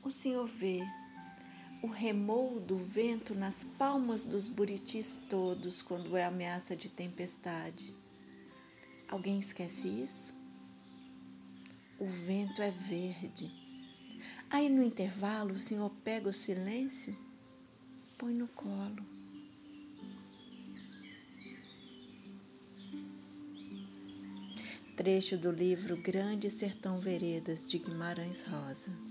O Senhor vê o remou do vento nas palmas dos buritis todos quando é ameaça de tempestade. Alguém esquece isso? O vento é verde. Aí no intervalo o Senhor pega o silêncio, põe no colo. Trecho do livro Grande Sertão Veredas, de Guimarães Rosa.